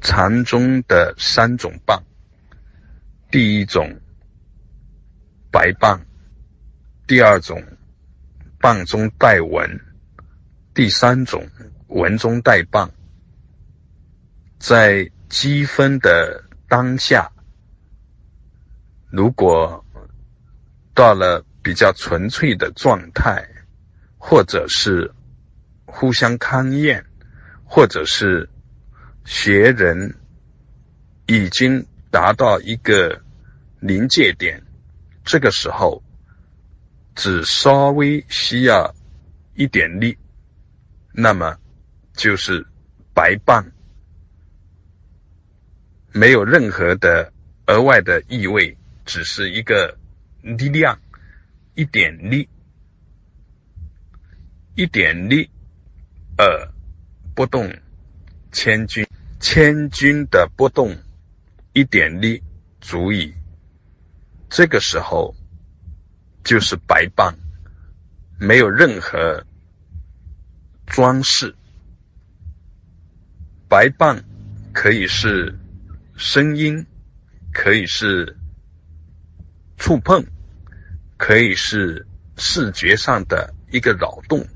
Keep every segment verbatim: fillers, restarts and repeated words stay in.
禅宗的三种棒，第一种白棒，第二种棒中带文，第三种文中带棒。在积分的当下，如果到了比较纯粹的状态，或者是互相勘验，或者是学人已经达到一个临界点，这个时候只稍微需要一点力，那么就是白棒，没有任何的额外的意味，只是一个力量，一点力，一点力而不动千钧，千钧的不动，一点力足矣。这个时候就是白棒，没有任何装饰。白棒可以是声音，可以是触碰，可以是视觉上的一个扰动。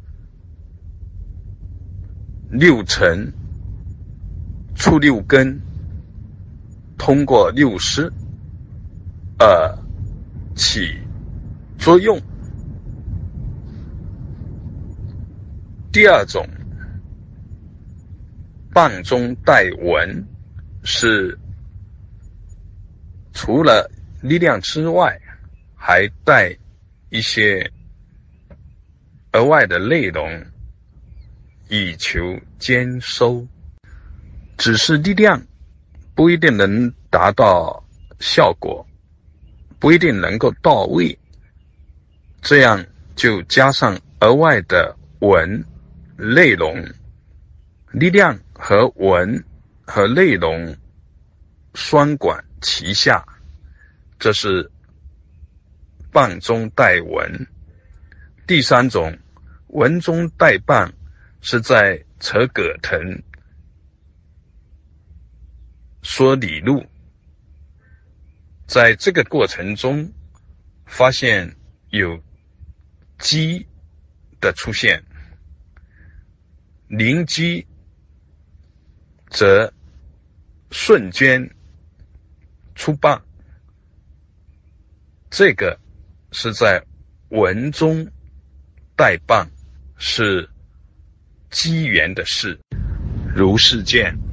六尘触六根，通过六识而起作用。第二种棒中带文，是除了力量之外，还带一些额外的内容，以求兼收。只是力量不一定能达到效果，不一定能够到位，这样就加上额外的文内容。力量和文和内容双管齐下，这是棒中带文。第三种文中带棒，是在扯葛藤说理路。在这个过程中发现有机的出现，灵机则瞬间出棒，这个是在文中带棒，是机缘的事。如是见。